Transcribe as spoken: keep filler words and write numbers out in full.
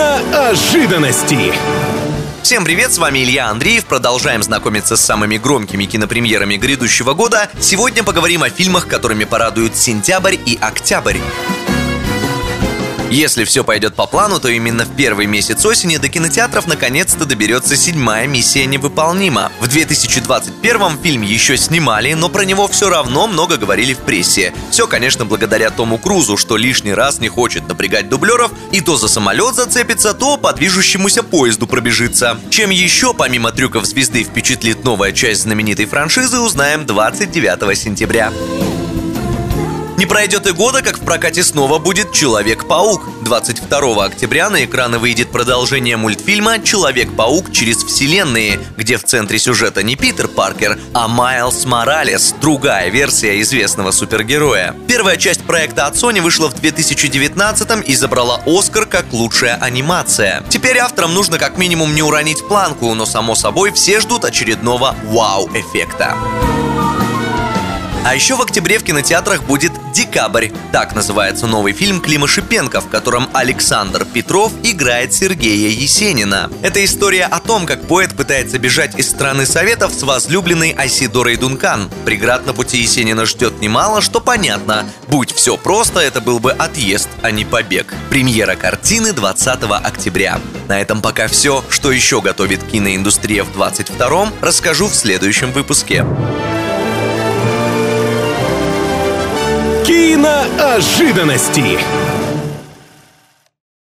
Киноожиданности. Всем привет, с вами Илья Андреев. Продолжаем знакомиться с самыми громкими кинопремьерами грядущего года. Сегодня поговорим о фильмах, которыми порадуют сентябрь и октябрь. Если все пойдет по плану, то именно в первый месяц осени до кинотеатров наконец-то доберется седьмая «Миссия невыполнима». В две тысячи двадцать первом фильм еще снимали, но про него все равно много говорили в прессе. Все, конечно, благодаря Тому Крузу, что лишний раз не хочет напрягать дублеров и то за самолет зацепится, то по движущемуся поезду пробежится. Чем еще, помимо трюков звезды, впечатлит новая часть знаменитой франшизы, узнаем двадцать девятого сентября. Не пройдет и года, как в прокате снова будет «Человек-паук». двадцать второго октября на экраны выйдет продолжение мультфильма «Человек-паук через вселенные», где в центре сюжета не Питер Паркер, а Майлз Моралес, другая версия известного супергероя. Первая часть проекта от Sony вышла в две тысячи девятнадцатом и забрала «Оскар» как лучшая анимация. Теперь авторам нужно как минимум не уронить планку, но само собой все ждут очередного вау-эффекта. А еще в октябре в кинотеатрах будет «Декабрь». Так называется новый фильм Клима Шипенко, в котором Александр Петров играет Сергея Есенина. Это история о том, как поэт пытается бежать из страны Советов с возлюбленной Айсидорой Дункан. Преград на пути Есенина ждет немало, что понятно. Будь все просто, это был бы отъезд, а не побег. Премьера картины двадцатого октября. На этом пока все. Что еще готовит киноиндустрия в двадцать втором, расскажу в следующем выпуске. Киноожиданности.